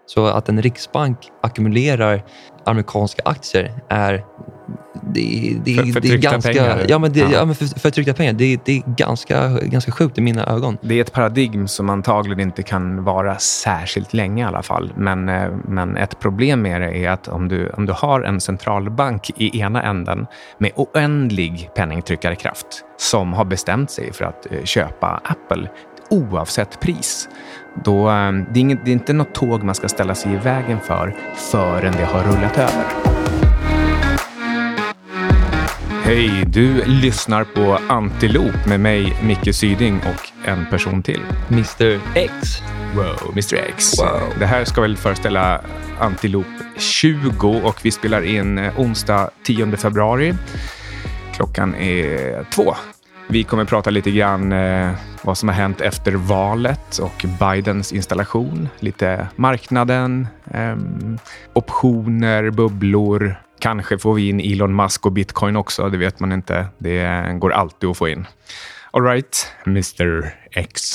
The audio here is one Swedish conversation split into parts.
Så att en riksbank ackumulerar amerikanska aktier är ganska pengar. För tryckta pengar. Det är ganska sjukt i mina ögon. Det är ett paradigm som antagligen inte kan vara särskilt länge i alla fall. Men ett problem med det är att om du har en centralbank i ena änden med oändlig penningtryckarkraft som har bestämt sig för att köpa Apple oavsett pris, då det är inte något tåg man ska ställa sig i vägen förrän det har rullat över. Hej, du lyssnar på Antilop med mig, Micke Syding, och en person till. Mr. X. Wow, Mr. X. Wow. Det här ska väl föreställa Antilop 20 och vi spelar in onsdag 10 februari. Klockan är 2. Vi kommer prata lite grann vad som har hänt efter valet och Bidens installation. Lite marknaden, optioner, bubblor. Kanske får vi in Elon Musk och Bitcoin också, det vet man inte. Det går alltid att få in. All right, Mr. X.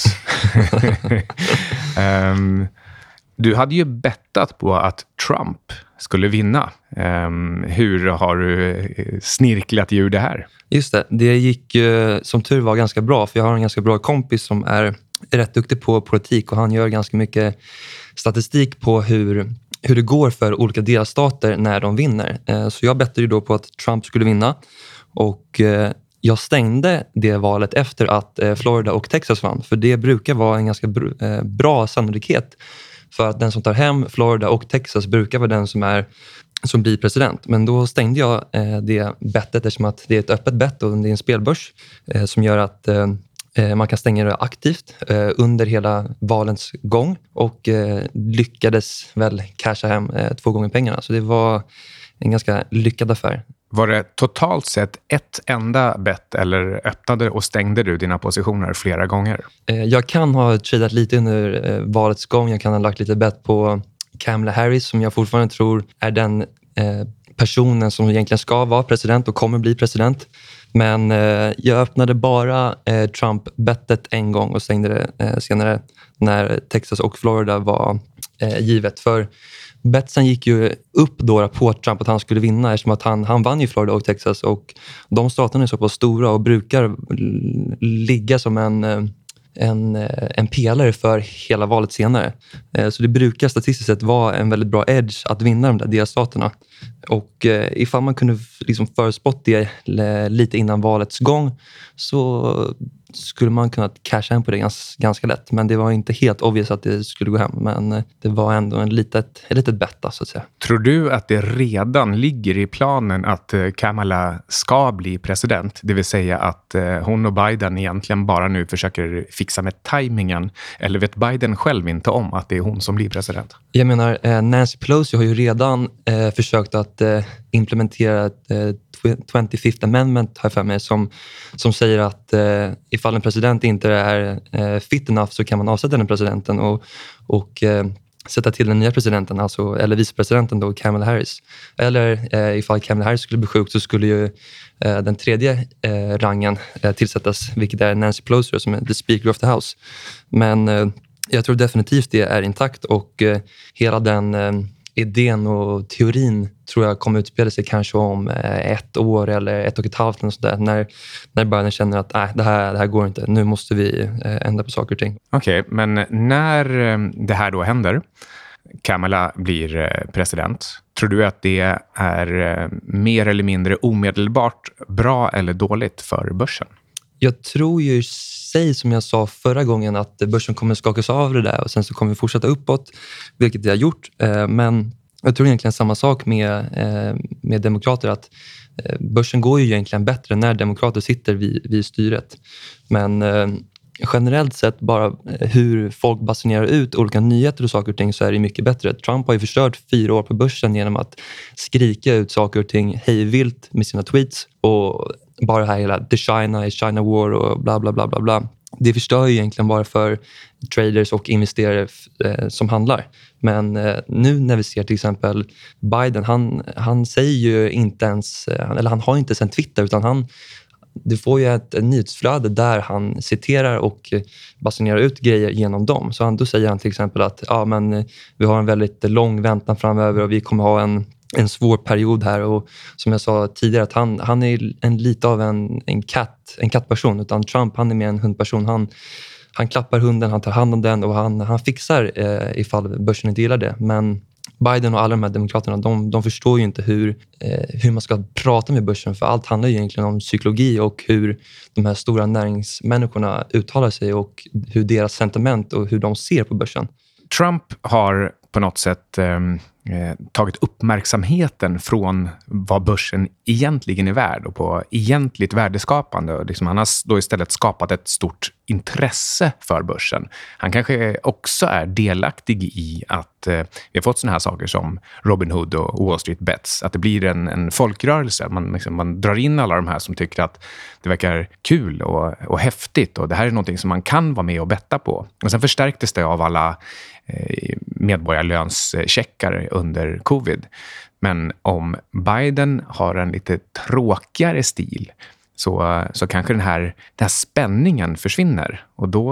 Du hade ju bettat på att Trump skulle vinna. Hur har du snirklat ur det här? Just det, det gick som tur var ganska bra. För jag har en ganska bra kompis som är rätt duktig på politik. Och han gör ganska mycket statistik på hur det går för olika delstater när de vinner. Så jag bettade ju då på att Trump skulle vinna. Och jag stängde det valet efter att Florida och Texas vann. För det brukar vara en ganska bra sannolikhet. För att den som tar hem Florida och Texas brukar vara den som blir president. Men då stängde jag det bettet eftersom att det är ett öppet bett och det är en spelbörs som gör att man kan stänga det aktivt under hela valens gång och lyckades väl casha hem 2 gånger pengarna. Så det var en ganska lyckad affär. Var det totalt sett ett enda bett eller öppnade och stängde du dina positioner flera gånger? Jag kan ha tradat lite under valets gång. Jag kan ha lagt lite bett på Kamala Harris som jag fortfarande tror är den personen som egentligen ska vara president och kommer bli president. Men jag öppnade bara Trump-bettet en gång och stängde det senare när Texas och Florida var givet. För betsen gick ju upp då på Trump att han skulle vinna eftersom att han vann ju Florida och Texas och de staterna är så pass stora och brukar ligga som en pelare för hela valet senare. Så det brukar statistiskt sett vara en väldigt bra edge att vinna de där delstaterna. Och ifall man kunde liksom förutspått det lite innan valets gång så skulle man kunna casha hem på det ganska lätt. Men det var inte helt obvious att det skulle gå hem. Men det var ändå ett litet betta så att säga. Tror du att det redan ligger i planen att Kamala ska bli president? Det vill säga att hon och Biden egentligen bara nu försöker fixa med tajmingen. Eller vet Biden själv inte om att det är hon som blir president? Jag menar, Nancy Pelosi har ju redan försökt att implementera 25th Amendment här för mig som säger att ifall en president inte är fit enough så kan man avsätta den presidenten och sätta till den nya presidenten, alltså, eller vicepresidenten då, Kamala Harris. Eller ifall Kamala Harris skulle bli sjuk så skulle ju den tredje rangen tillsättas, vilket är Nancy Pelosi som är the Speaker of the House. Men jag tror definitivt det är intakt och hela den idén och teorin tror jag kommer utspela sig kanske om 1 år eller 1,5 eller sådär. När Biden känner att det här går inte. Nu måste vi ändra på saker och ting. Okej, men när det här då händer, Kamala blir president, tror du att det är mer eller mindre omedelbart bra eller dåligt för börsen? Jag tror ju som jag sa förra gången att börsen kommer skakas av det där och sen så kommer vi fortsätta uppåt, vilket det har gjort. Men jag tror egentligen samma sak med demokrater, att börsen går ju egentligen bättre när demokrater sitter vid styret. Men generellt sett bara hur folk basunerar ut olika nyheter och saker och ting så är det mycket bättre. Trump har ju förstört 4 år på börsen genom att skrika ut saker och ting hejvilt med sina tweets och bara det här hela The China War och bla bla bla bla bla. Det förstör ju egentligen bara för traders och investerare som handlar. Men nu när vi ser till exempel Biden, han säger ju inte ens, eller han har inte ens en Twitter utan du får ju ett nyhetsflöde där han citerar och basunerar ut grejer genom dem. Så då säger han till exempel att vi har en väldigt lång väntan framöver och vi kommer ha en svår period här. Och som jag sa tidigare, att han är lite av en kattperson, utan Trump, han är mer en hundperson. Han klappar hunden, han tar hand om den och han fixar ifall börsen inte gillar det. Men Biden och alla de här demokraterna, de förstår ju inte hur man ska prata med börsen, för allt handlar ju egentligen om psykologi och hur de här stora näringsmänniskorna uttalar sig och hur deras sentiment och hur de ser på börsen. Trump har på något sätt tagit uppmärksamheten från vad börsen egentligen är värd och på egentligt värdeskapande. Och liksom han har då istället skapat ett stort intresse för börsen. Han kanske också är delaktig i att vi har fått såna här saker som Robinhood och Wall Street Bets. Att det blir en folkrörelse. Man drar in alla de här som tycker att det verkar kul och häftigt. Och det här är någonting som man kan vara med och betta på. Och sen förstärktes det av alla medborgarlönscheckar under covid. Men om Biden har en lite tråkigare stil så kanske den här spänningen försvinner. Och då,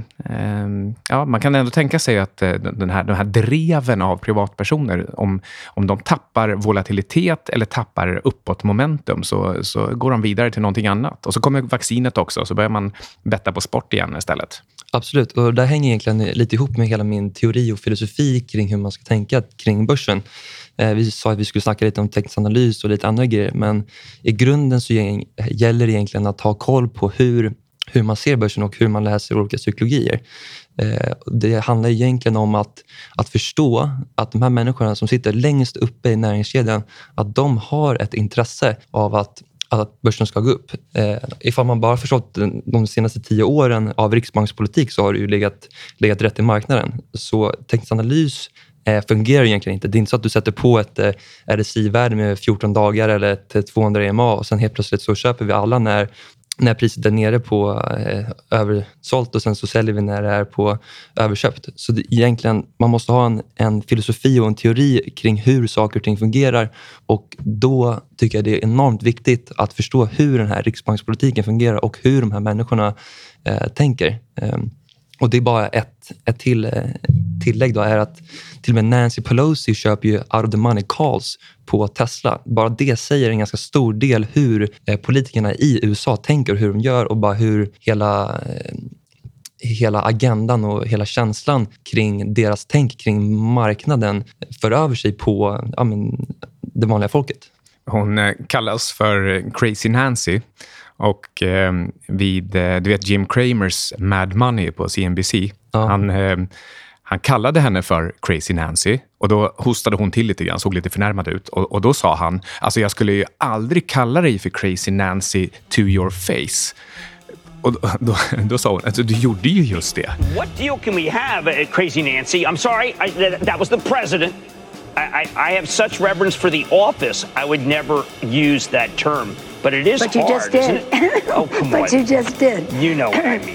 man kan ändå tänka sig att de här dreven av privatpersoner, om de tappar volatilitet eller tappar uppåt momentum, så går de vidare till någonting annat. Och så kommer vaccinet också, så börjar man betta på sport igen istället. Absolut, och det hänger egentligen lite ihop med hela min teori och filosofi kring hur man ska tänka kring börsen. Vi sa att vi skulle snacka lite om teknisk analys och lite andra grejer, men i grunden så gäller det egentligen att ha koll på hur man ser börsen och hur man läser olika psykologier. Det handlar egentligen om att förstå att de här människorna som sitter längst uppe i näringskedjan, att de har ett intresse av att börsen ska gå upp. Ifall man bara förstått de senaste 10 åren av riksbankspolitik, så har det ju legat rätt i marknaden. Så teknisk analys fungerar egentligen inte. Det är inte så att du sätter på ett RSI-värde med 14 dagar eller ett 200 EMA och sen helt plötsligt så köper vi alla när priset är nere på översålt och sen så säljer vi när det är på överköpt. Så egentligen, man måste ha en filosofi och en teori kring hur saker och ting fungerar, och då tycker jag det är enormt viktigt att förstå hur den här riksbankspolitiken fungerar och hur de här människorna tänker. Och det är bara ett tillägg då, är att till och med Nancy Pelosi köper ju out of the money calls på Tesla. Bara det säger en ganska stor del hur politikerna i USA tänker och hur de gör, och bara hur hela agendan och hela känslan kring deras tänk kring marknaden för över sig på det vanliga folket. Hon kallas för Crazy Nancy. Och du vet Jim Cramers Mad Money på CNBC, han kallade henne för Crazy Nancy, och då hostade hon till lite grann, såg lite förnärmad ut, och då sa han, alltså jag skulle ju aldrig kalla dig för Crazy Nancy to your face. Och då sa hon, alltså du gjorde ju just det. What deal can we have, Crazy Nancy? I'm sorry, that was the president. I have such reverence for the office, I would never use that term. But it is hard, isn't it? Oh, come on. But you just did. You know what I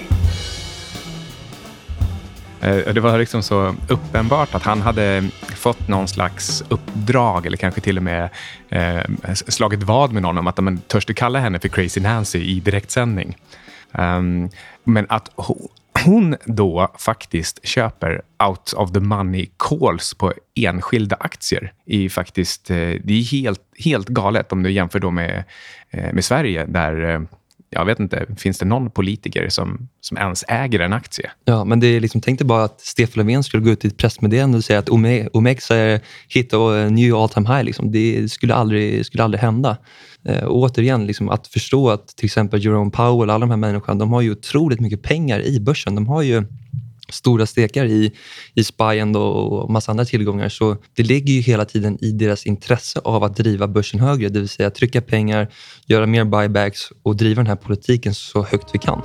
mean. Det var liksom så uppenbart att han hade fått någon slags uppdrag, eller kanske till och med slagit vad med någon om att man törste kalla henne för Crazy Nancy i direktsändning. Men att hon då faktiskt köper out of the money calls på enskilda aktier är faktiskt, det är helt galet om du jämför då med Sverige, där jag vet inte, finns det någon politiker som ens äger en aktie? Ja, men det är liksom, tänkte bara att Stefan Löfven skulle gå ut i ett pressmeddelande och säga att OMX är hit och new all time high. Liksom. Det skulle aldrig hända. Och återigen, liksom, att förstå att till exempel Jerome Powell och alla de här människorna, de har ju otroligt mycket pengar i börsen. De har ju stora stekar i Spyend och massa andra tillgångar. Så det ligger ju hela tiden i deras intresse av att driva börsen högre. Det vill säga trycka pengar, göra mer buybacks och driva den här politiken så högt vi kan.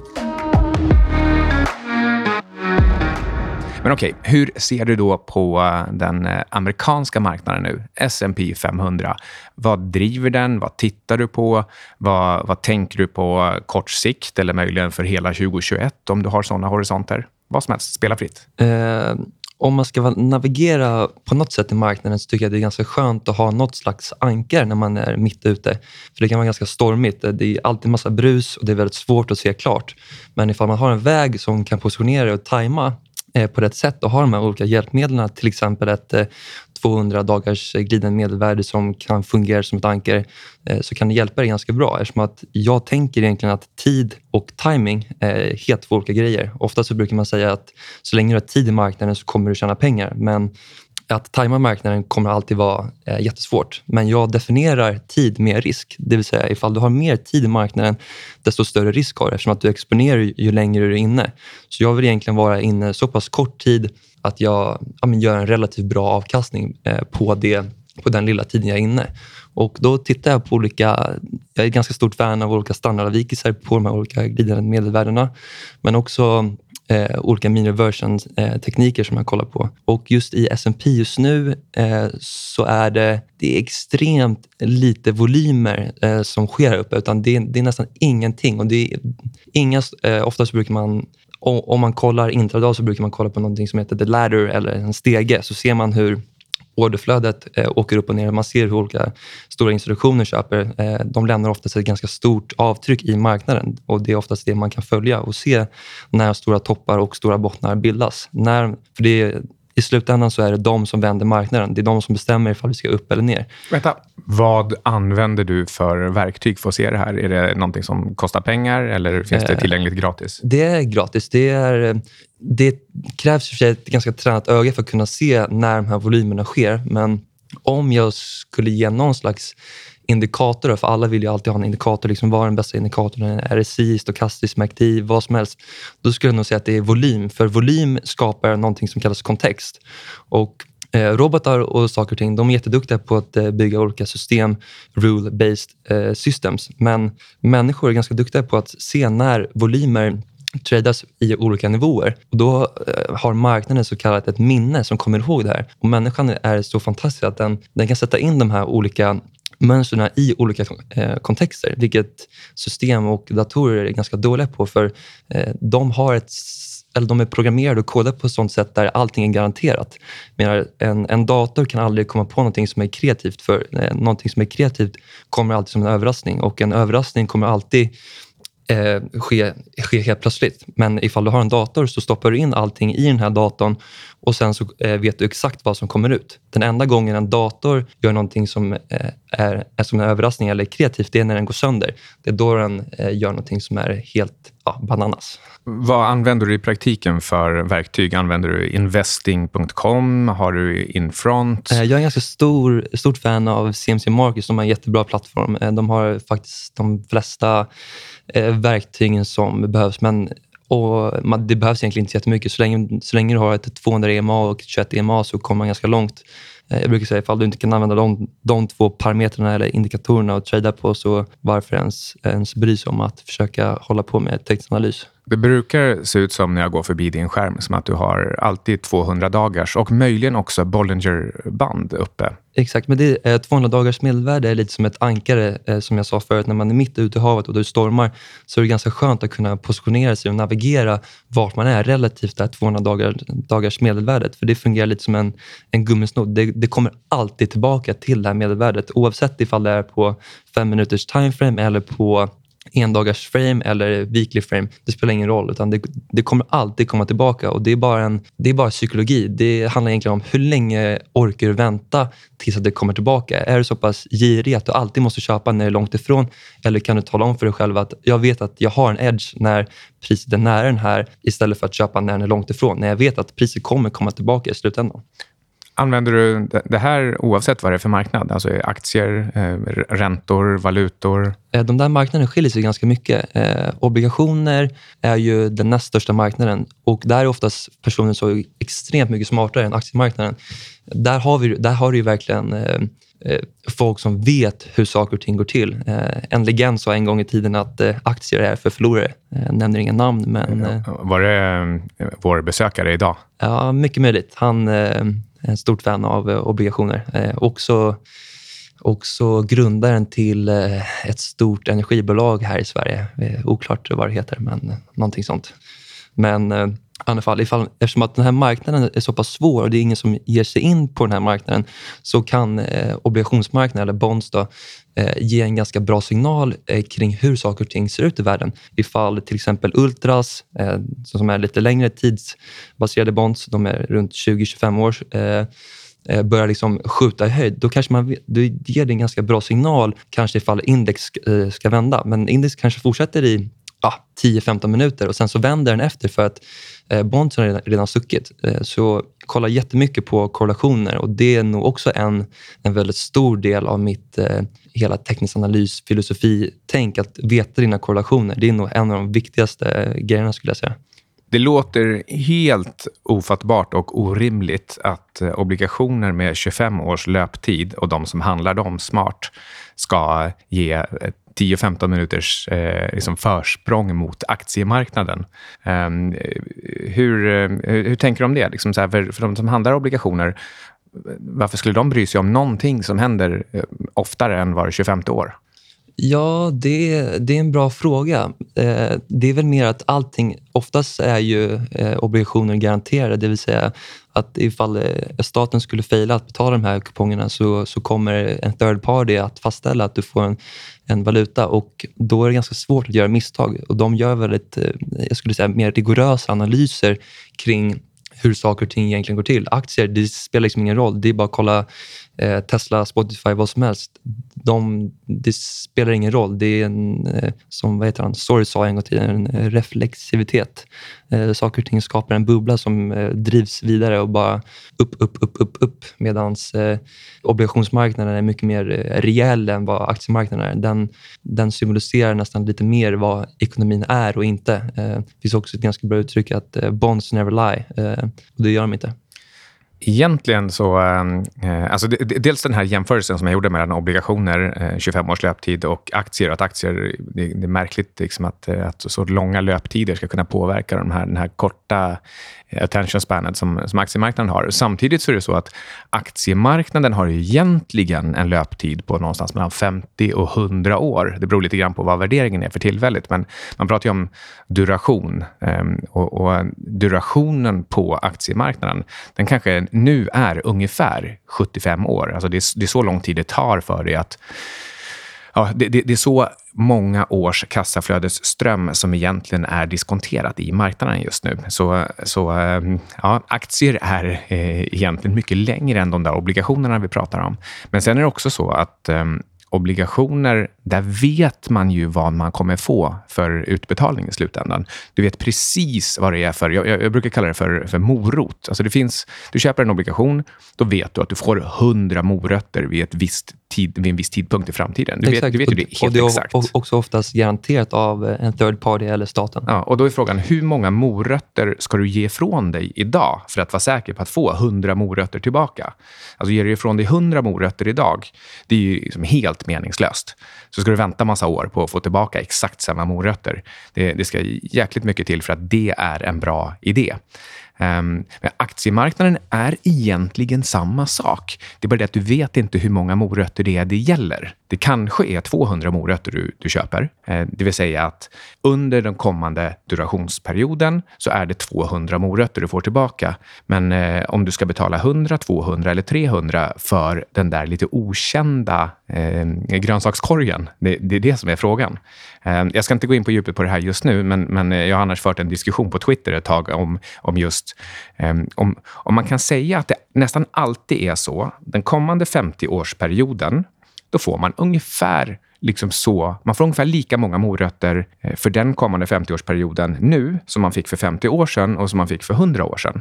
Men okej, hur ser du då på den amerikanska marknaden nu? S&P 500. Vad driver den? Vad tittar du på? Vad tänker du på kort sikt eller möjligen för hela 2021 om du har sådana horisonter? Vad som helst, spela fritt. om man ska navigera på något sätt i marknaden så tycker jag det är ganska skönt att ha något slags ankar när man är mitt ute. För det kan vara ganska stormigt. Det är alltid massa brus och det är väldigt svårt att se klart. Men ifall man har en väg som kan positionera och tajma på rätt sätt och har de här olika hjälpmedlen, till exempel ett 200 dagars glidande medelvärde som kan fungera som ett anker, så kan det hjälpa dig ganska bra. Eftersom att jag tänker egentligen att tid och timing är helt två olika grejer. Ofta så brukar man säga att så länge du har tid i marknaden så kommer du tjäna pengar. Men att tajma marknaden kommer alltid vara jättesvårt. Men jag definierar tid med risk. Det vill säga ifall du har mer tid i marknaden desto större risk har du, eftersom att du exponerar ju längre du är inne. Så jag vill egentligen vara inne så pass kort tid att jag gör en relativt bra avkastning på den lilla tiden jag är inne. Och då tittar jag på jag är ganska stort fan av olika standardavvikelser på de här olika glidande medelvärdena. Men också olika mean reversion tekniker som jag kollar på. Och just i S&P just nu så är det är extremt lite volymer som sker här uppe, utan det är nästan ingenting. Och det är oftast brukar man, om man kollar intradag så brukar man kolla på någonting som heter the ladder eller en stege, så ser man hur orderflödet åker upp och ner. Man ser hur olika stora institutioner köper. De lämnar oftast ett ganska stort avtryck i marknaden. Och det är oftast det man kan följa och se när stora toppar och stora bottnar bildas. I slutändan så är det de som vänder marknaden. Det är de som bestämmer ifall vi ska upp eller ner. Vänta, vad använder du för verktyg för att se det här? Är det någonting som kostar pengar eller finns det tillgängligt gratis? Det är gratis. Det krävs för sig ett ganska tränat öga för att kunna se när de här volymerna sker. Men om jag skulle ge någon slags indikator, för alla vill ju alltid ha en indikator, liksom vad är den bästa indikatorn, RSI, stokastisk, MACD, vad som helst, då skulle jag nog säga att det är volym. För volym skapar någonting som kallas kontext. Och robotar och saker och ting, de är jätteduktiga på att bygga olika system, rule-based systems. Men människor är ganska duktiga på att se när volymer tradas i olika nivåer. Och då har marknaden så kallat ett minne som kommer ihåg det här. Och människan är så fantastisk att den kan sätta in de här olika mönsterna i olika kontexter, vilket system och datorer är ganska dåliga på, för de är programmerade och kodade på ett sånt sätt där allting är garanterat. Medan en dator kan aldrig komma på någonting som är kreativt, för någonting som är kreativt kommer alltid som en överraskning, och en överraskning kommer alltid ske helt plötsligt. Men ifall du har en dator så stoppar du in allting i den här datorn och sen så vet du exakt vad som kommer ut. Den enda gången en dator gör någonting som är som en överraskning eller kreativt, det är när den går sönder. Det är då den gör någonting som är helt bananas. Vad använder du i praktiken för verktyg? Använder du investing.com? Har du Infront? Jag är en ganska stort fan av CMC Markets. De har en jättebra plattform. De har faktiskt de flesta verktygen som behövs, men det behövs egentligen inte så jättemycket. Så länge du har ett 200 EMA och 21 EMA så kommer man ganska långt. Jag brukar säga, ifall du inte kan använda de två parametrarna eller indikatorerna och trada på, så varför ens bry sig om att försöka hålla på med textanalys? Det brukar se ut som när jag går förbi din skärm som att du har alltid 200 dagars och möjligen också Bollinger-band uppe. Exakt, men det är 200 dagars medelvärde är lite som ett ankare, som jag sa förut. När man är mitt ute i havet och det stormar så är det ganska skönt att kunna positionera sig och navigera vart man är relativt det här 200 dagars medelvärdet. För det fungerar lite som en gummisnodd. Det kommer alltid tillbaka till det här medelvärdet, oavsett ifall det är på 5 minuters timeframe eller på 1 dagars frame eller weekly frame. Det spelar ingen roll, utan det kommer alltid komma tillbaka, och det är bara psykologi. Det handlar egentligen om hur länge orkar du vänta tills att det kommer tillbaka. Är du så pass girig att du alltid måste köpa när det är långt ifrån, eller kan du tala om för dig själv att jag vet att jag har en edge när priset är nära den här, istället för att köpa när den är långt ifrån, när jag vet att priset kommer komma tillbaka i slutändan. Använder du det här oavsett vad det är för marknad? Alltså aktier, räntor, valutor? De där marknaderna skiljer sig ganska mycket. Obligationer är ju den näst största marknaden, och där är oftast personer så extremt mycket smartare än aktiemarknaden. Där har du ju verkligen folk som vet hur saker och ting går till. En legend sa en gång i tiden att aktier är för förlorare. Nämner inga namn, men... Var det vår besökare idag? Ja, mycket möjligt. Han en stort fan av obligationer. Också grundaren till ett stort energibolag här i Sverige. Oklart vad det heter, men någonting sånt. Men alla fall, eftersom att den här marknaden är så pass svår och det är ingen som ger sig in på den här marknaden, så kan obligationsmarknaden eller bonds då, ge en ganska bra signal kring hur saker och ting ser ut i världen. Ifall till exempel Ultras, som är lite längre tidsbaserade bonds, de är runt 20-25 år, börjar liksom skjuta i höjd, då kanske då ger det en ganska bra signal kanske ifall index ska vända. Men index kanske fortsätter i 10-15 minuter och sen så vänder den efter för att bondsen har redan stuckit. Så kolla jättemycket på korrelationer, och det är nog också en väldigt stor del av mitt hela teknisk analys, filosofi-tänk, att veta dina korrelationer. Det är nog en av de viktigaste grejerna, skulle jag säga. Det låter helt ofattbart och orimligt att obligationer med 25 års löptid och de som handlar dem smart ska ge 10-15 minuters liksom försprång mot aktiemarknaden. Hur tänker du om det? Liksom så här, för de som handlar obligationer, varför skulle de bry sig om någonting som händer oftare än var 25 år? Ja, det är en bra fråga. Det är väl mer att allting, oftast är ju obligationer garanterade, det vill säga att ifall staten skulle fejla att betala de här kupongerna så kommer en third party att fastställa att du får en valuta, och då är det ganska svårt att göra misstag, och de gör väldigt, jag skulle säga, mer rigorösa analyser kring hur saker och ting egentligen går till. Aktier, det spelar liksom ingen roll. Det är bara att kolla Tesla, Spotify, vad som helst. Det spelar ingen roll. Det är som Story sa en gång till, en reflexivitet. Saker och ting skapar en bubbla som drivs vidare och bara upp. Medans obligationsmarknaden är mycket mer rejäl än vad aktiemarknaden är. Den symboliserar nästan lite mer vad ekonomin är och inte. Det finns också ett ganska bra uttryck att bonds never lie. Och det gör de inte. Egentligen så, alltså dels den här jämförelsen som jag gjorde mellan obligationer, 25 års löptid, och aktier. Att aktier, det är märkligt liksom att så långa löptider ska kunna påverka den här korta attention spanet som aktiemarknaden har. Samtidigt så är det så att aktiemarknaden har egentligen en löptid på någonstans mellan 50 och 100 år. Det beror lite grann på vad värderingen är för tillfället, men man pratar ju om duration. Och durationen på aktiemarknaden, den kanske nu är ungefär 75 år. Alltså det är så lång tid det tar för det att... Ja, det är så många års kassaflödesström som egentligen är diskonterat i marknaden just nu. Så aktier är egentligen mycket längre än de där obligationerna vi pratar om. Men sen är det också så att obligationer, där vet man ju vad man kommer få för utbetalning i slutändan. Du vet precis vad det är för, jag brukar kalla det för morot. Alltså du köper en obligation, då vet du att du får 100 morötter vid en viss tidpunkt i framtiden. Du vet ju det helt exakt. Och också oftast garanterat av en third party eller staten. Ja, och då är frågan, hur många morötter ska du ge ifrån dig idag för att vara säker på att få 100 morötter tillbaka? Alltså ger du ifrån dig 100 morötter idag, det är ju liksom helt meningslöst. Så ska du vänta massa år på att få tillbaka exakt samma morötter. Det ska jäkligt mycket till för att det är en bra idé. Men aktiemarknaden är egentligen samma sak. Det är bara det att du vet inte hur många morötter det gäller. Det kanske är 200 morötter du köper. Det vill säga att under den kommande durationsperioden så är det 200 morötter du får tillbaka. Men om du ska betala 100, 200 eller 300 för den där lite okända grönsakskorgen, det är det som är frågan. Jag ska inte gå in på djupet på det här just nu, men jag har annars fört en diskussion på Twitter ett tag om just om man kan säga att det nästan alltid är så. Den kommande 50-årsperioden, då får man ungefär man får ungefär lika många morötter för den kommande 50-årsperioden nu som man fick för 50 år sedan och som man fick för 100 år sedan.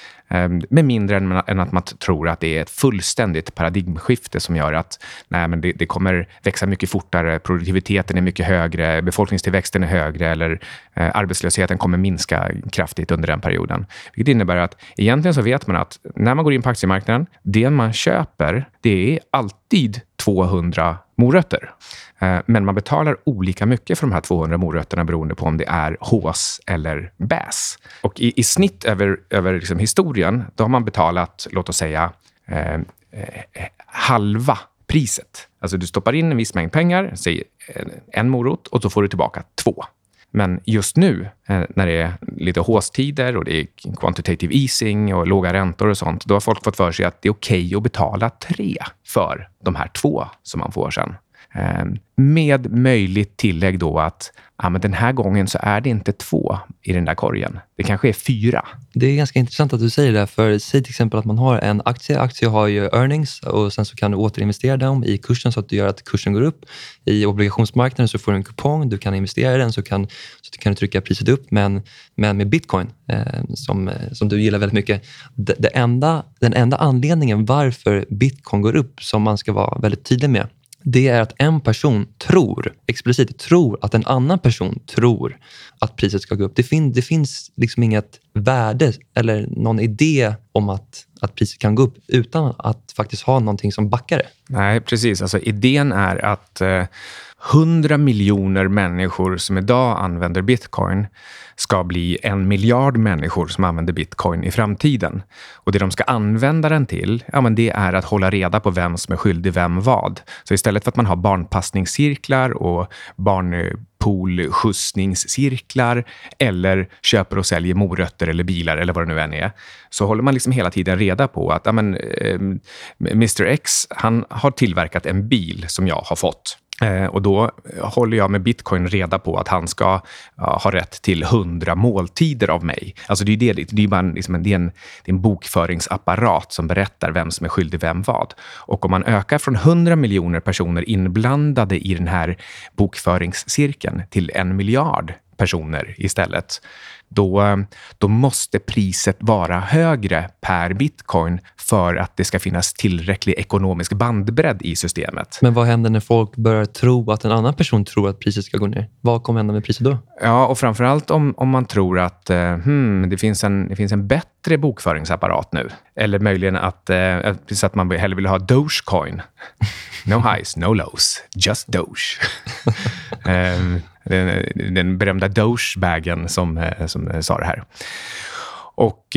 Med mindre än att man tror att det är ett fullständigt paradigmskifte som gör att men det kommer växa mycket fortare, produktiviteten är mycket högre, befolkningstillväxten är högre eller arbetslösheten kommer minska kraftigt under den perioden. Vilket innebär att egentligen så vet man att när man går in på aktiemarknaden, det man köper, det är alltid 200 morötter. Men man betalar olika mycket för de här 200 morötterna beroende på om det är hås eller bäs. Och i snitt över liksom historien, då har man betalat, låt oss säga, halva priset. Alltså du stoppar in en viss mängd pengar, säg en morot, och så får du tillbaka 2. Men just nu när det är lite håstider och det är quantitative easing och låga räntor och sånt, då har folk fått för sig att det är okej att betala 3 för de här 2 som man får sen. Med möjligt tillägg då att men den här gången så är det inte 2 i den där korgen. Det kanske är 4. Det är ganska intressant att du säger det, för säg till exempel att man har en aktie. Aktier har ju earnings och sen så kan du återinvestera dem i kursen så att du gör att kursen går upp. I obligationsmarknaden så får du en kupong, du kan investera i den så kan du trycka priset upp. Men med Bitcoin, som du gillar väldigt mycket, den enda anledningen varför Bitcoin går upp, som man ska vara väldigt tydlig med, det är att en person explicit tror att en annan person tror att priset ska gå upp. Det finns liksom inget värde eller någon idé om att priset kan gå upp utan att faktiskt ha någonting som backar det. Nej, precis. Alltså, idén är att 100 miljoner människor som idag använder Bitcoin ska bli 1 miljard människor som använder Bitcoin i framtiden. Och det de ska använda den till, men det är att hålla reda på vem som är skyldig vem vad. Så istället för att man har barnpassningscirklar och barnpoolskjutsningscirklar eller köper och säljer morötter eller bilar eller vad det nu än är, så håller man liksom hela tiden reda på att Mr X, han har tillverkat en bil som jag har fått. Och då håller jag med Bitcoin reda på att han ska ha rätt till 100 måltider av mig. Alltså det är bara en bokföringsapparat som berättar vem som är skyldig vem vad. Och om man ökar från 100 miljoner personer inblandade i den här bokföringscirkeln till 1 miljard personer istället, då måste priset vara högre per bitcoin för att det ska finnas tillräcklig ekonomisk bandbredd i systemet. Men vad händer när folk börjar tro att en annan person tror att priset ska gå ner? Vad kommer hända med priset då? Ja, och framförallt om man tror att det finns en bättre bokföringsapparat nu. Eller möjligen att man hellre vill ha Dogecoin. No highs, no lows, just Doge. Den berömda Doge-bagen som sa det här. Och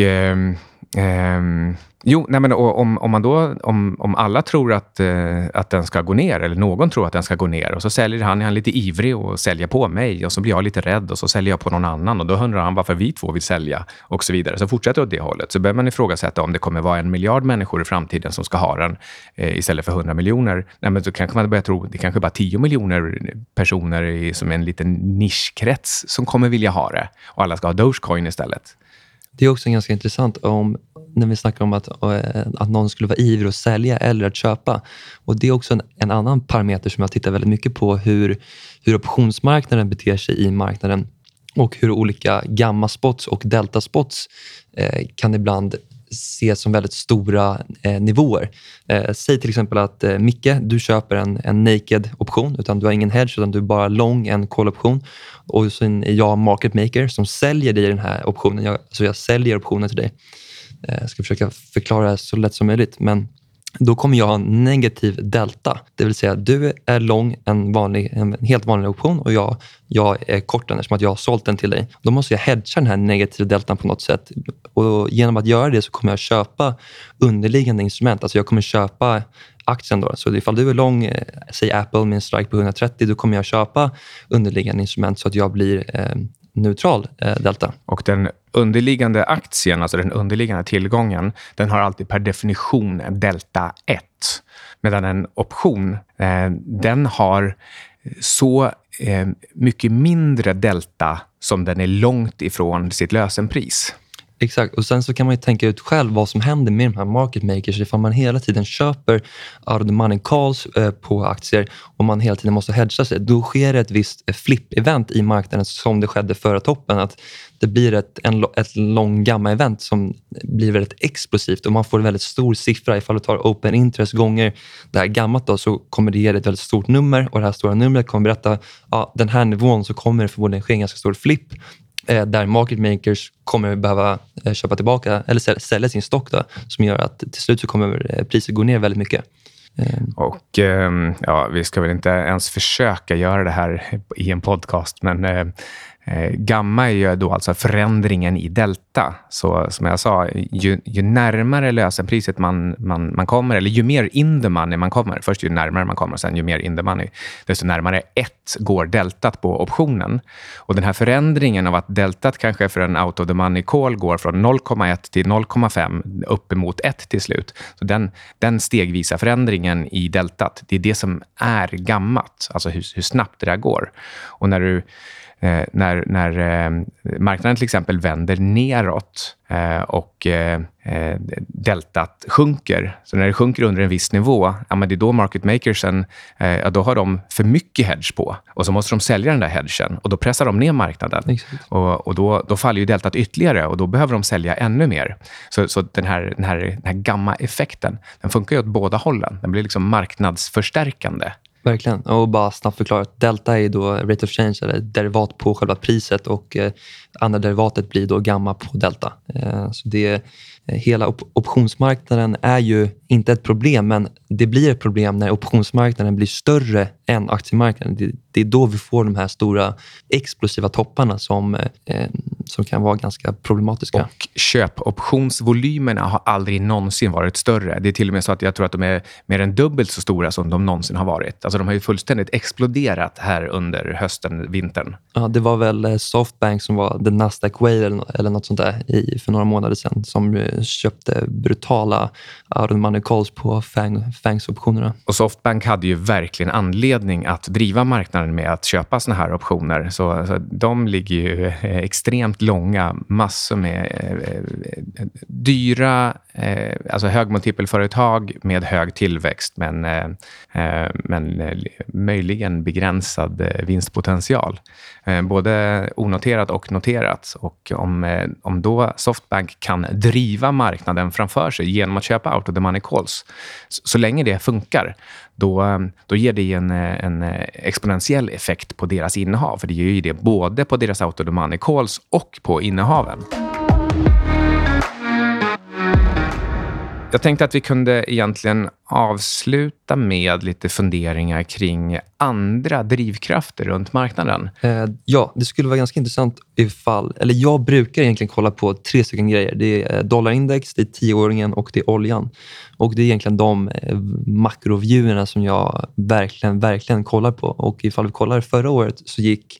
om alla tror att den ska gå ner, eller någon tror att den ska gå ner, och så säljer han lite ivrig och säljer på mig, och så blir jag lite rädd och så säljer jag på någon annan, och då undrar han varför vi 2 vill sälja och så vidare. Så fortsätter åt det hållet. Så börjar man ifrågasätta om det kommer vara 1 miljard människor i framtiden som ska ha den istället för 100 miljoner. Nej, men så kanske man börjar tro det kanske bara 10 miljoner personer som en liten nischkrets som kommer vilja ha det, och alla ska ha Dogecoin istället. Det är också ganska intressant när vi snackar om att någon skulle vara ivrig att sälja eller att köpa. Och det är också en annan parameter som jag tittar väldigt mycket på, hur optionsmarknaden beter sig i marknaden och hur olika gamma-spots och delta-spots kan ibland ses som väldigt stora nivåer. Säg till exempel att Micke, du köper en naked option, utan du har ingen hedge, utan du är bara lång en call-option, och sen är jag market maker som säljer dig den här optionen. Jag säljer optionen till dig. Jag ska försöka förklara det så lätt som möjligt, men då kommer jag ha en negativ delta. Det vill säga du är lång en helt vanlig option och jag är kort den eftersom att jag har sålt den till dig. Då måste jag hedga den här negativa deltan på något sätt. Och genom att göra det så kommer jag köpa underliggande instrument. Alltså jag kommer köpa aktien då. Så ifall du är lång, säg Apple med en strike på 130, då kommer jag köpa underliggande instrument så att jag blir neutral delta. Och den underliggande aktien, alltså den underliggande tillgången, den har alltid per definition delta 1. Medan en option, den har så mycket mindre delta som den är långt ifrån sitt lösenpris. Exakt, och sen så kan man ju tänka ut själv vad som händer med de här market makers ifall man hela tiden köper out of the money calls på aktier och man hela tiden måste hedga sig. Då sker det ett visst flip-event i marknaden som det skedde före toppen, att det blir ett lång gamma-event som blir väldigt explosivt och man får en väldigt stor siffra. Ifall du tar open interest gånger det här gammat då, så kommer det ge ett väldigt stort nummer, och det här stora numret kommer berätta den här nivån så kommer det förmodligen ske en ganska stor flip där market makers kommer behöva köpa tillbaka eller sälja sin stock då, som gör att till slut så kommer priset gå ner väldigt mycket. Och vi ska väl inte ens försöka göra det här i en podcast, men gamma är ju då alltså förändringen i delta. Så som jag sa, ju närmare lösenpriset man kommer, eller ju mer in the money man kommer, först ju närmare man kommer, sen ju mer in the money, desto närmare 1 går deltat på optionen. Och den här förändringen av att deltat kanske för en out of the money call går från 0,1 till 0,5 uppemot 1 till slut. Så den stegvisa förändringen i deltat, det är det som är gammat, alltså hur snabbt det där går. Och när marknaden till exempel vänder neråt och deltat sjunker, så när det sjunker under en viss nivå, ja, men det är då market makersen, då har de för mycket hedge på, och så måste de sälja den där hedgen, och då pressar de ner marknaden. Och då faller ju deltat ytterligare, och då behöver de sälja ännu mer. Så den här gamma-effekten, den funkar ju åt båda hållen. Den blir liksom marknadsförstärkande. Verkligen. Och bara snabbt förklarat. Delta är då rate of change, eller derivat på själva priset, och andra derivatet blir då gamma på delta. Så hela optionsmarknaden är ju inte ett problem, men det blir ett problem när optionsmarknaden blir större än aktiemarknaden. Det är då vi får de här stora explosiva topparna som kan vara ganska problematiska. Och köpoptionsvolymerna har aldrig någonsin varit större. Det är till och med så att jag tror att de är mer än dubbelt så stora som de någonsin har varit. Alltså de har ju fullständigt exploderat här under hösten, vintern. Ja, det var väl Softbank som var the Nasdaq Whale eller något sånt där för några månader sedan, som köpte brutala out of money calls på FANGs-optionerna. Och Softbank hade ju verkligen anledning att driva marknaden med att köpa såna här optioner. Så de ligger ju extremt långa, massor med dyra, alltså högmultipelföretag med hög tillväxt, men möjligen begränsad vinstpotential. Både onoterat och noterat. Och om då Softbank kan driva marknaden framför sig genom att köpa out of the money calls, så länge det funkar, då ger det en exponentiell effekt på deras innehav. För det ger ju det både på deras out of the money calls och på innehaven. Jag tänkte att vi kunde egentligen avsluta med lite funderingar kring andra drivkrafter runt marknaden. Ja, det skulle vara ganska intressant jag brukar egentligen kolla på 3 stycken grejer. Det är dollarindex, det är 10-åringen och det är oljan. Och det är egentligen de makroviewerna som jag verkligen kollar på. Och ifall vi kollar förra året så gick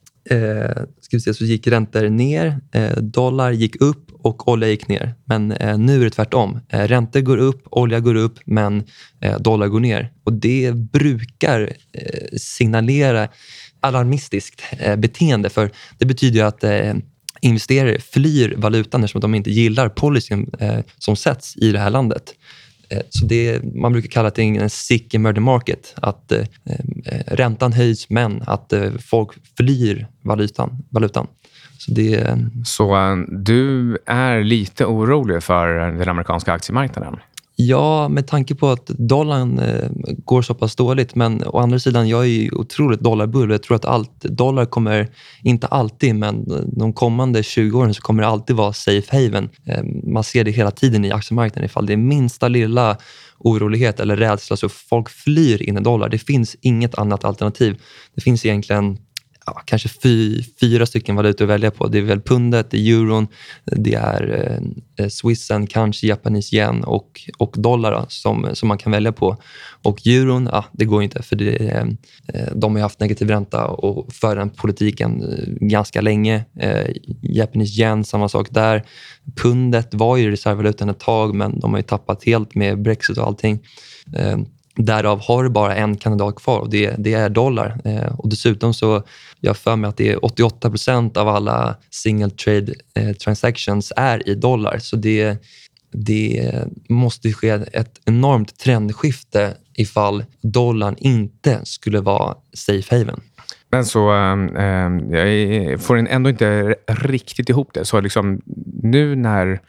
räntor ner, dollar gick upp och olja gick ner. Men nu är det tvärtom. Räntor går upp, olja går upp, men dollar går ner. Och det brukar signalera alarmistiskt beteende, för det betyder ju att investerare flyr valutan eftersom de inte gillar policyn som sätts i det här landet. Så man brukar kalla det en sick emerging market, att räntan höjs men att folk flyr valutan. Så du är lite orolig för den amerikanska aktiemarknaden? Ja, med tanke på att dollarn går så pass dåligt, men å andra sidan, jag är ju otroligt dollarbull. Jag tror att dollar kommer, inte alltid, men de kommande 20 åren så kommer det alltid vara safe haven. Man ser det hela tiden i aktiemarknaden. Ifall det är minsta lilla orolighet eller rädsla så folk flyr in i dollar. Det finns inget annat alternativ. Det finns egentligen kanske 4 stycken valutor att välja på. Det är väl pundet, det är euron, det är swissen, kanske japanese yen och dollar som man kan välja på. Och euron, det går inte, för de har haft negativ ränta och för den politiken ganska länge. Japanese yen, samma sak där. Pundet var ju reservvalutan ett tag, men de har ju tappat helt med Brexit och allting. Därav har du bara en kandidat kvar, och det är dollar. Och dessutom så jag för mig att det är 88% av alla single trade transactions är i dollar. Så det måste ske ett enormt trendskifte ifall dollarn inte skulle vara safe haven. Men så jag får ändå inte riktigt ihop det. Så liksom nu när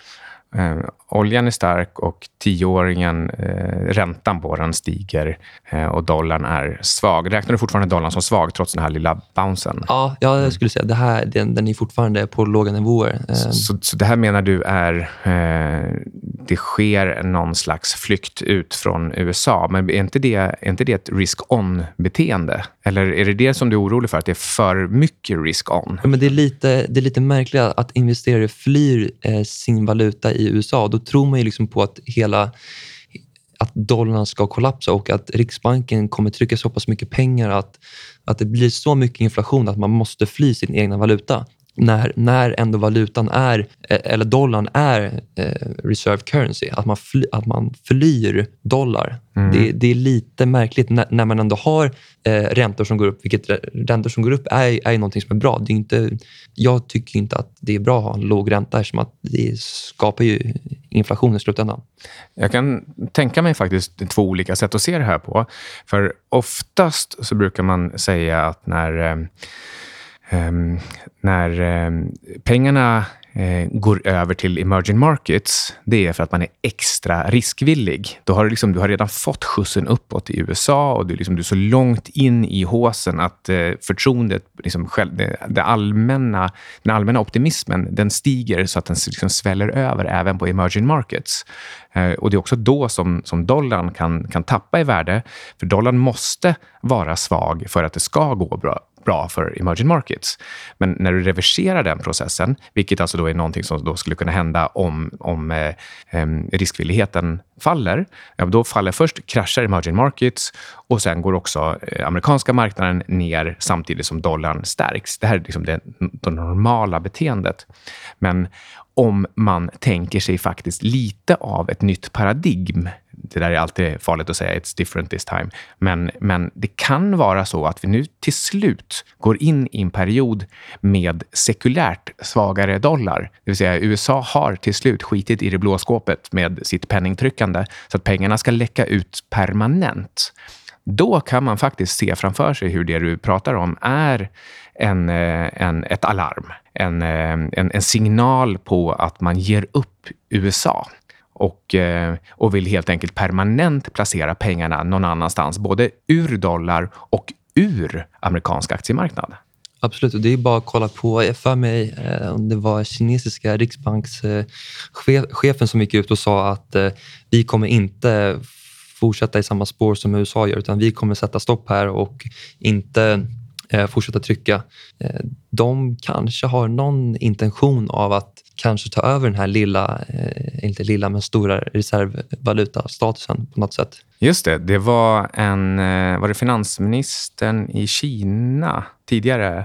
Oljan är stark och 10-åringen, räntan på den stiger och dollarn är svag. Räknar du fortfarande dollarn som svag trots den här lilla bouncen? Ja, jag skulle säga den är fortfarande på låga nivåer. Så det här menar du är det sker någon slags flykt ut från USA, men är inte det ett risk-on-beteende? Eller är det som du är orolig för, att det är för mycket risk-on? Ja, men det är lite märkligt att investerare flyr sin valuta i USA. Då tror man ju liksom på att dollarn ska kollapsa och att Riksbanken kommer trycka så pass mycket pengar att det blir så mycket inflation att man måste fly sin egna valuta. När ändå valutan eller dollarn är reserve currency, att man flyr dollar. Det är lite märkligt när man ändå har räntor som går upp, vilket räntor som går upp är någonting som är bra. Jag tycker inte att det är bra att ha en låg ränta, som att det skapar ju inflation i slutändan. Jag kan tänka mig faktiskt 2 olika sätt att se det här på. För oftast så brukar man säga att när pengarna går över till emerging markets, det är för att man är extra riskvillig. Du har redan fått skjutsen uppåt i USA och du är så långt in i håsen att förtroendet, den allmänna optimismen, den stiger så att den sväller över även på emerging markets. Och det är också då som dollarn kan tappa i värde, för dollarn måste vara svag för att det ska gå bra för emerging markets. Men när du reverserar den processen, vilket alltså då är någonting som då skulle kunna hända om riskvilligheten faller, då kraschar emerging markets och sen går också amerikanska marknaden ner samtidigt som dollarn stärks. Det här är det normala beteendet. Men om man tänker sig faktiskt lite av ett nytt paradigm, det där är alltid farligt att säga it's different this time, men det kan vara så att vi nu till slut går in i en period med sekulärt svagare dollar. Det vill säga USA har till slut skitit i det blå skåpet med sitt penningtryckande så att pengarna ska läcka ut permanent. Då kan man faktiskt se framför sig hur det du pratar om är ett alarm. En signal på att man ger upp USA och vill helt enkelt permanent placera pengarna någon annanstans, både ur dollar och ur amerikansk aktiemarknad. Absolut, och det är bara att kolla på, för mig, det var kinesiska riksbankschefen som gick ut och sa att vi kommer inte fortsätta i samma spår som USA gör, utan vi kommer sätta stopp här och inte fortsätta trycka. De kanske har någon intention av att kanske ta över den här inte lilla men stora reservvaluta-statusen på något sätt. Just det, det var var det finansministern i Kina tidigare?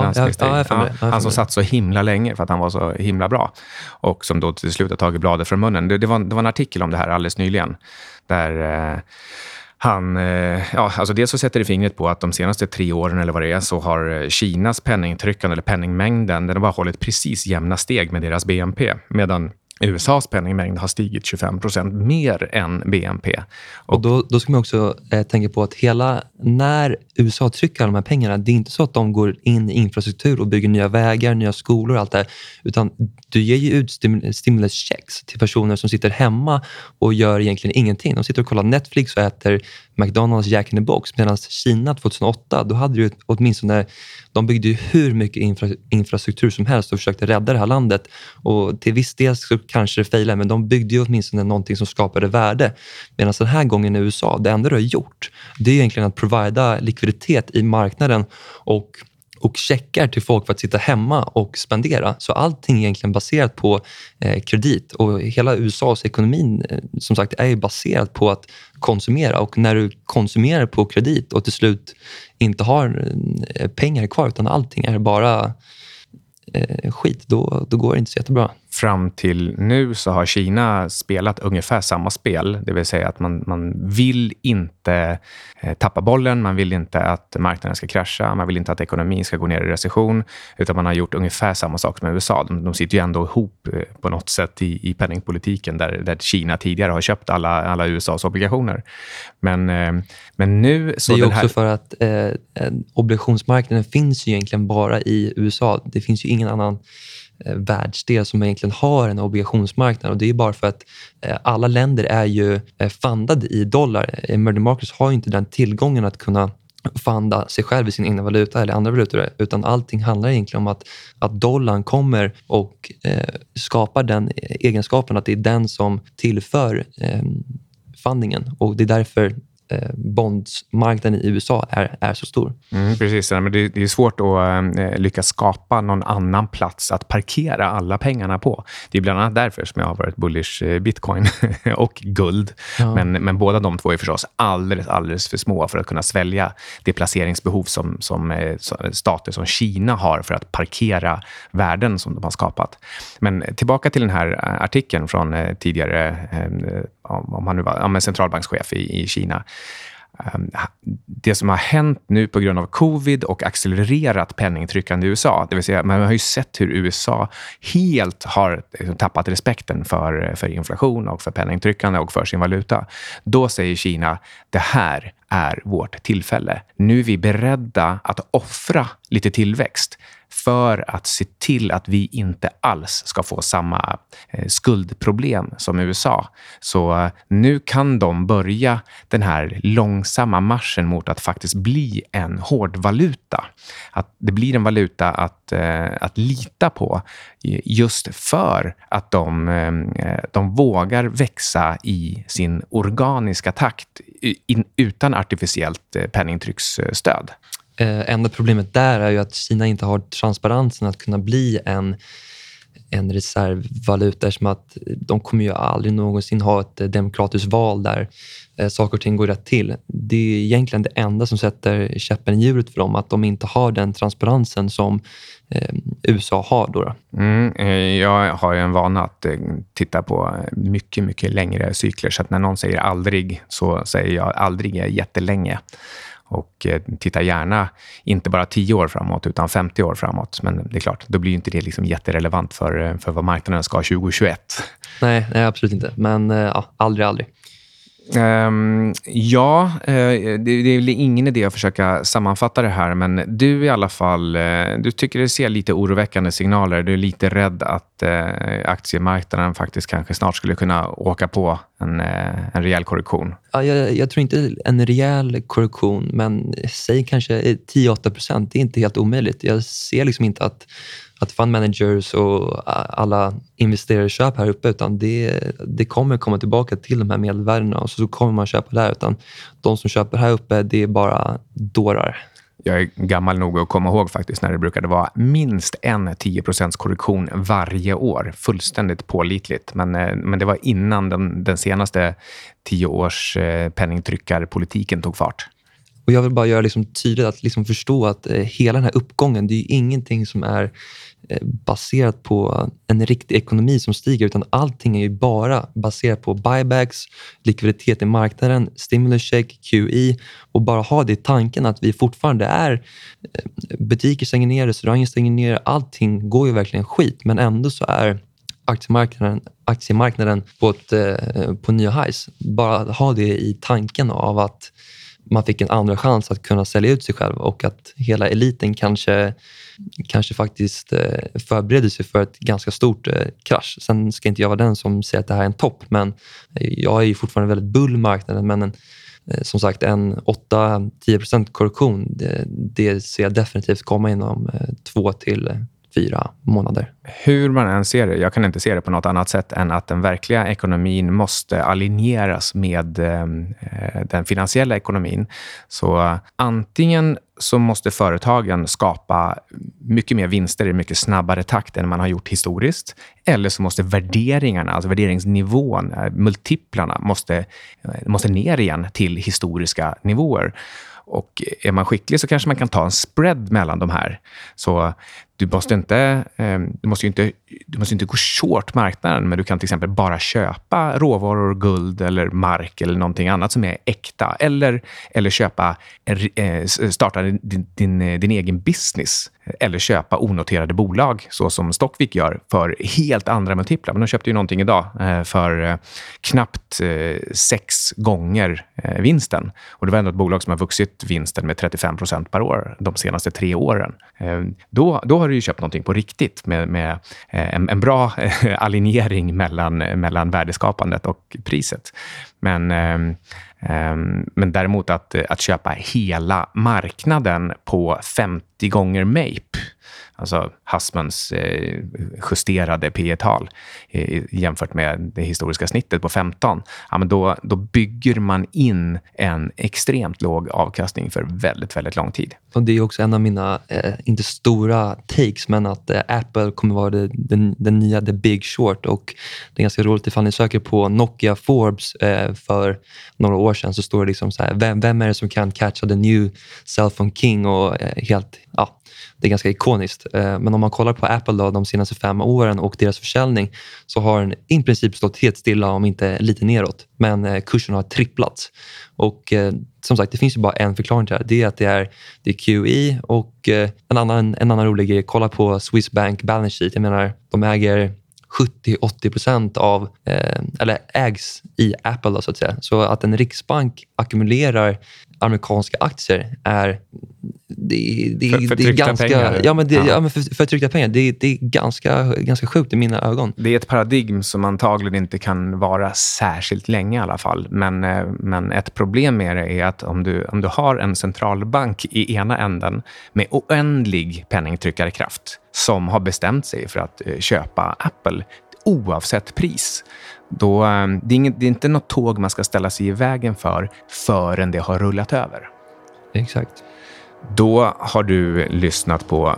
Han som satt så himla länge för att han var så himla bra och som då till slut har tagit bladet från munnen. Det var en artikel om det här alldeles nyligen där han, alltså dels så sätter det fingret på att de senaste 3 åren eller vad det är, så har Kinas penningtryckande eller penningmängden, den har bara hållit precis jämna steg med deras BNP, medan USAs penningmängd har stigit 25% mer än BNP. Och då ska man också tänka på att när USA trycker alla de här pengarna, det är inte så att de går in i infrastruktur och bygger nya vägar, nya skolor och allt det här, utan du ger ju ut stimulus checks till personer som sitter hemma och gör egentligen ingenting. De sitter och kollar Netflix och äter McDonald's Jack in the Box, medan Kina 2008, då hade ju åtminstone, de byggde ju hur mycket infrastruktur som helst och försökte rädda det här landet, och till viss del så kanske det failade, men de byggde ju åtminstone någonting som skapade värde. Medan den här gången i USA, det enda du har gjort, det är egentligen att provida likviditet i marknaden och checkar till folk för att sitta hemma och spendera. Så allting är egentligen baserat på kredit, och hela USAs ekonomi som sagt är baserat på att konsumera, och när du konsumerar på kredit och till slut inte har pengar kvar utan allting är bara skit, då går det inte så jättebra. Fram till nu så har Kina spelat ungefär samma spel. Det vill säga att man vill inte tappa bollen, man vill inte att marknaden ska krascha, man vill inte att ekonomin ska gå ner i recession, utan man har gjort ungefär samma sak som USA. De sitter ju ändå ihop på något sätt i penningpolitiken där Kina tidigare har köpt alla USAs obligationer. Men nu så det är också för att obligationsmarknaden finns ju egentligen bara i USA. Det finns ju ingen annan världsdel som egentligen har en obligationsmarknad, och det är bara för att alla länder är ju fundade i dollar. Emerging markets har ju inte den tillgången att kunna funda sig själv i sin egna valuta eller andra valutor, utan allting handlar egentligen om att dollarn kommer och skapar den egenskapen att det är den som tillför fundingen, och det är därför bondsmarknaden i USA är så stor. Precis, men det är svårt att lyckas skapa någon annan plats att parkera alla pengarna på. Det är bland annat därför som jag har varit bullish Bitcoin och guld. Ja. Men båda de två är förstås alldeles för små för att kunna svälja det placeringsbehov som stater som Kina har för att parkera värden som de har skapat. Men tillbaka till den här artikeln från tidigare, om han nu var centralbankschef i Kina. Det som har hänt nu på grund av covid och accelererat penningtryckande i USA, det vill säga man har ju sett hur USA helt har tappat respekten för inflation och för penningtryckande och för sin valuta. Då säger Kina, det här är vårt tillfälle. Nu är vi beredda att offra lite tillväxt för att se till att vi inte alls ska få samma skuldproblem som USA. Så nu kan de börja den här långsamma marschen mot att faktiskt bli en hård valuta. Att det blir en valuta att lita på, just för att de vågar växa i sin organiska takt utan artificiellt penningtrycksstöd. Enda problemet där är ju att Kina inte har transparensen att kunna bli en reservvaluta, som att de kommer ju aldrig någonsin ha ett demokratiskt val där saker och ting går rätt till. Det är egentligen det enda som sätter käppen i hjulet för dem, att de inte har den transparensen som USA har då. Jag har ju en vana att titta på mycket längre cykler, så att när någon säger aldrig, så säger jag aldrig är jättelänge. Och titta gärna inte bara 10 år framåt utan 50 år framåt. Men det är klart, då blir inte det liksom jätterelevant för vad marknaden ska 2021. Nej, absolut inte. Men aldrig. Det är väl ingen idé att försöka sammanfatta det här, men du i alla fall, du tycker det ser lite oroväckande signaler. Du är lite rädd att aktiemarknaden faktiskt kanske snart skulle kunna åka på en rejäl korrektion. Ja, jag tror inte en rejäl korrektion, men säg kanske 10-8%. Det är inte helt omöjligt. Jag ser liksom inte att fund managers och alla investerare köper här uppe, utan det kommer komma tillbaka till de här medelvärdena, och så kommer man köpa där, utan de som köper här uppe, det är bara dårar. Jag är gammal nog att komma ihåg faktiskt när det brukade vara minst en 10% korrektion varje år. Fullständigt pålitligt. Men det var innan den senaste 10 års penningtryckarpolitiken tog fart. Och jag vill bara göra liksom tydligt att liksom förstå att hela den här uppgången, det är ju ingenting som är baserat på en riktig ekonomi som stiger, utan allting är ju bara baserat på buybacks, likviditet i marknaden, stimulus check, QE, och bara ha det i tanken att vi fortfarande är butiker stänger ner, restauranger stänger ner, allting går ju verkligen skit, men ändå så är aktiemarknaden på nya highs. Bara ha det i tanken av att man fick en andra chans att kunna sälja ut sig själv, och att hela eliten kanske faktiskt förbereder sig för ett ganska stort krasch. Sen ska inte jag vara den som säger att det här är en topp, men jag är ju fortfarande väldigt bull marknaden, men som sagt en 8-10% korrektion, det ser jag definitivt komma inom 2 till 4 månader. Hur man än ser det, jag kan inte se det på något annat sätt än att den verkliga ekonomin måste aligneras med den finansiella ekonomin. Så antingen så måste företagen skapa mycket mer vinster i mycket snabbare takt än man har gjort historiskt, eller så måste värderingarna, alltså värderingsnivån, multiplarna måste ner igen till historiska nivåer. Och är man skicklig så kanske man kan ta en spread mellan de här. Så du måste inte gå short marknaden, men du kan till exempel bara köpa råvaror, guld eller mark eller någonting annat som är äkta. Eller köpa, starta din egen business eller köpa onoterade bolag så som Stockvik gör för helt andra multiplar. Men de köpte ju någonting idag för knappt 6 gånger vinsten. Och det var ändå ett bolag som har vuxit vinsten med 35% per år de senaste 3 åren. Då har du ju köpt någonting på riktigt med en bra alignering mellan värdeskapandet och priset. Men däremot att köpa hela marknaden på 50 gånger MAPE, alltså Hussmans justerade P/E-tal jämfört med det historiska snittet på 15, ja, men då bygger man in en extremt låg avkastning för väldigt, väldigt lång tid. Och det är också en av mina, inte stora takes, men att Apple kommer vara den nya The Big Short. Och det är ganska roligt ifall ni söker på Nokia Forbes för några år sedan, så står det liksom så här, vem är det som kan catcha the new cell phone king, och det är ganska ikoniskt. Men om man kollar på Apple då, de senaste 5 åren och deras försäljning, så har den i princip stått helt stilla, om inte lite neråt. Men kursen har tripplats. Och som sagt, det finns ju bara en förklaring till det här. Det är att det är QE, och en annan rolig grej, kolla på Swiss Bank balance sheet. Jag menar, de äger 70-80% av, eller ägs i Apple då, så att säga. Så att en riksbank ackumulerar amerikanska aktier är ganska pengar. För tryckta pengar. Det är ganska sjukt i mina ögon. Det är ett paradigm som antagligen inte kan vara särskilt länge i alla fall. Men ett problem med det är att om du har en centralbank i ena änden med oändlig penningtryckarkraft som har bestämt sig för att köpa Apple oavsett pris, då det är inte något tåg man ska ställa sig i vägen förrän det har rullat över. Exakt. Då har du lyssnat på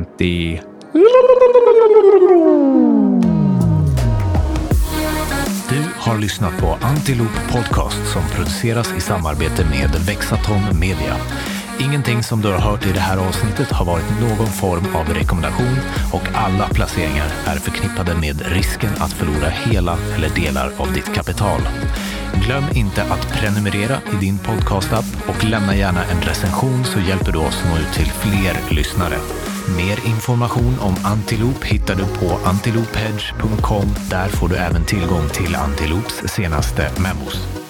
Du har lyssnat på Antiloop Podcast som produceras i samarbete med Vexatom Media. Ingenting som du har hört i det här avsnittet har varit någon form av rekommendation, och alla placeringar är förknippade med risken att förlora hela eller delar av ditt kapital. Glöm inte att prenumerera i din podcastapp och lämna gärna en recension, så hjälper du oss nå ut till fler lyssnare. Mer information om Antiloop hittar du på antiloophedge.com. Där får du även tillgång till Antiloops senaste memos.